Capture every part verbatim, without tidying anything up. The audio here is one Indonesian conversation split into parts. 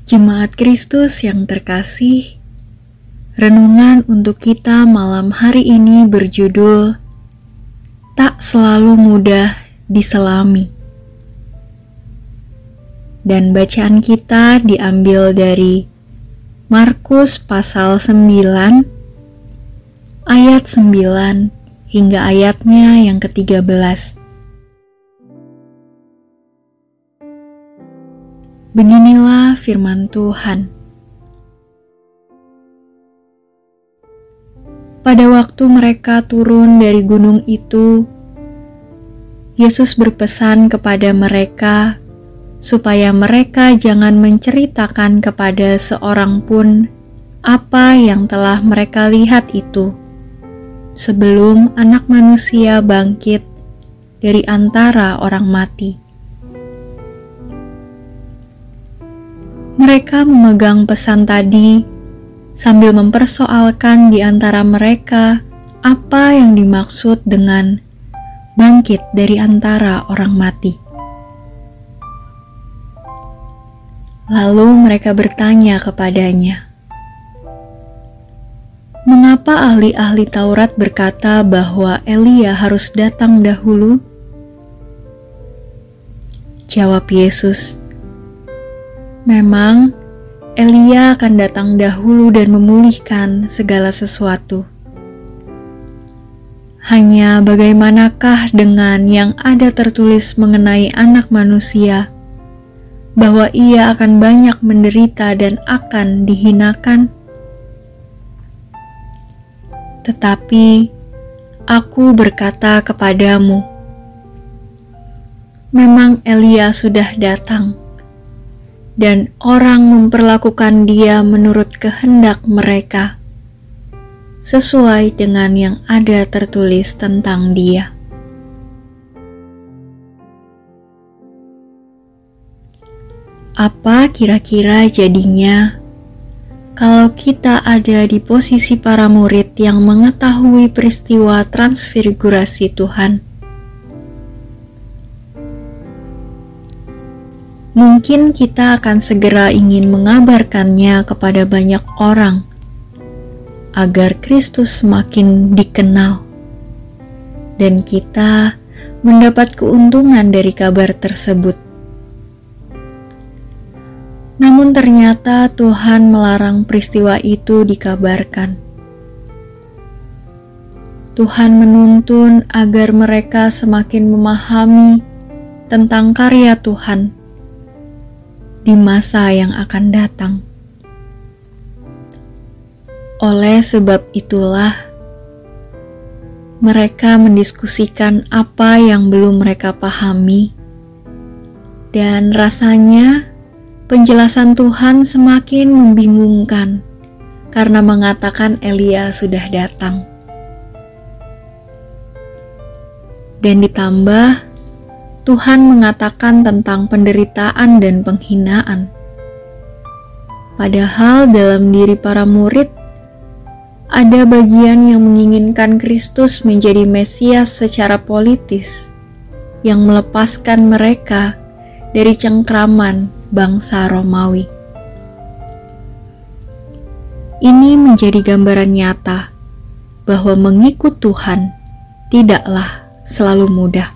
Jemaat Kristus yang terkasih, renungan untuk kita malam hari ini berjudul Tak Selalu Mudah Diselami. Dan bacaan kita diambil dari Markus pasal sembilan, ayat sembilan hingga ayatnya yang ketiga belas. Beginilah firman Tuhan. Pada waktu mereka turun dari gunung itu, Yesus berpesan kepada mereka supaya mereka jangan menceritakan kepada seorang pun apa yang telah mereka lihat itu, sebelum Anak Manusia bangkit dari antara orang mati. Mereka memegang pesan tadi sambil mempersoalkan di antara mereka apa yang dimaksud dengan bangkit dari antara orang mati. Lalu mereka bertanya kepadanya, "Mengapa ahli-ahli Taurat berkata bahwa Elia harus datang dahulu?" Jawab Yesus, "Memang Elia akan datang dahulu dan memulihkan segala sesuatu. Hanya bagaimanakah dengan yang ada tertulis mengenai Anak Manusia, bahwa ia akan banyak menderita dan akan dihinakan? Tetapi aku berkata kepadamu, memang Elia sudah datang, dan orang memperlakukan dia menurut kehendak mereka, sesuai dengan yang ada tertulis tentang dia." Apa kira-kira jadinya kalau kita ada di posisi para murid yang mengetahui peristiwa transfigurasi Tuhan? Mungkin kita akan segera ingin mengabarkannya kepada banyak orang agar Kristus semakin dikenal, dan kita mendapat keuntungan dari kabar tersebut. Namun ternyata Tuhan melarang peristiwa itu dikabarkan. Tuhan menuntun agar mereka semakin memahami tentang karya Tuhan di masa yang akan datang. Oleh sebab itulah, mereka mendiskusikan apa yang belum mereka pahami, dan rasanya penjelasan Tuhan semakin membingungkan karena mengatakan Elia sudah datang. Dan ditambah, Tuhan mengatakan tentang penderitaan dan penghinaan. Padahal dalam diri para murid ada bagian yang menginginkan Kristus menjadi Mesias secara politis yang melepaskan mereka dari cengkraman bangsa Romawi. Ini menjadi gambaran nyata bahwa mengikut Tuhan tidaklah selalu mudah.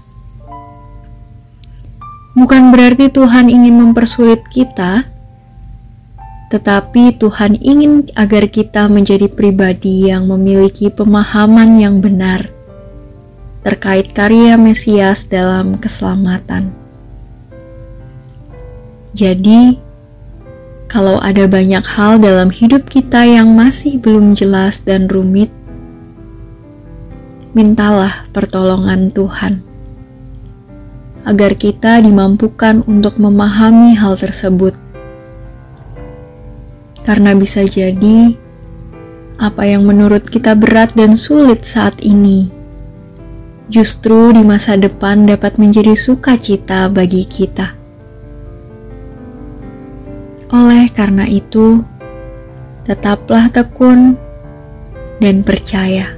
Bukan berarti Tuhan ingin mempersulit kita, tetapi Tuhan ingin agar kita menjadi pribadi yang memiliki pemahaman yang benar terkait karya Mesias dalam keselamatan. Jadi, kalau ada banyak hal dalam hidup kita yang masih belum jelas dan rumit, mintalah pertolongan Tuhan agar kita dimampukan untuk memahami hal tersebut. Karena bisa jadi, apa yang menurut kita berat dan sulit saat ini, justru di masa depan dapat menjadi sukacita bagi kita. Oleh karena itu, tetaplah tekun dan percaya.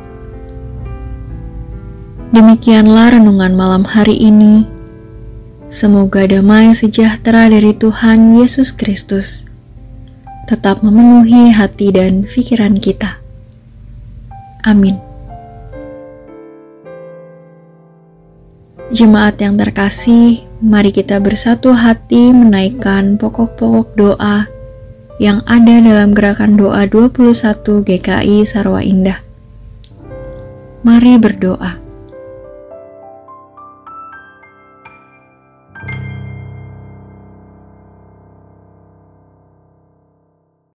Demikianlah renungan malam hari ini. Semoga damai sejahtera dari Tuhan Yesus Kristus tetap memenuhi hati dan pikiran kita. Amin. Jemaat yang terkasih, mari kita bersatu hati menaikkan pokok-pokok doa yang ada dalam gerakan doa dua puluh satu G K I Sarwa Indah. Mari berdoa.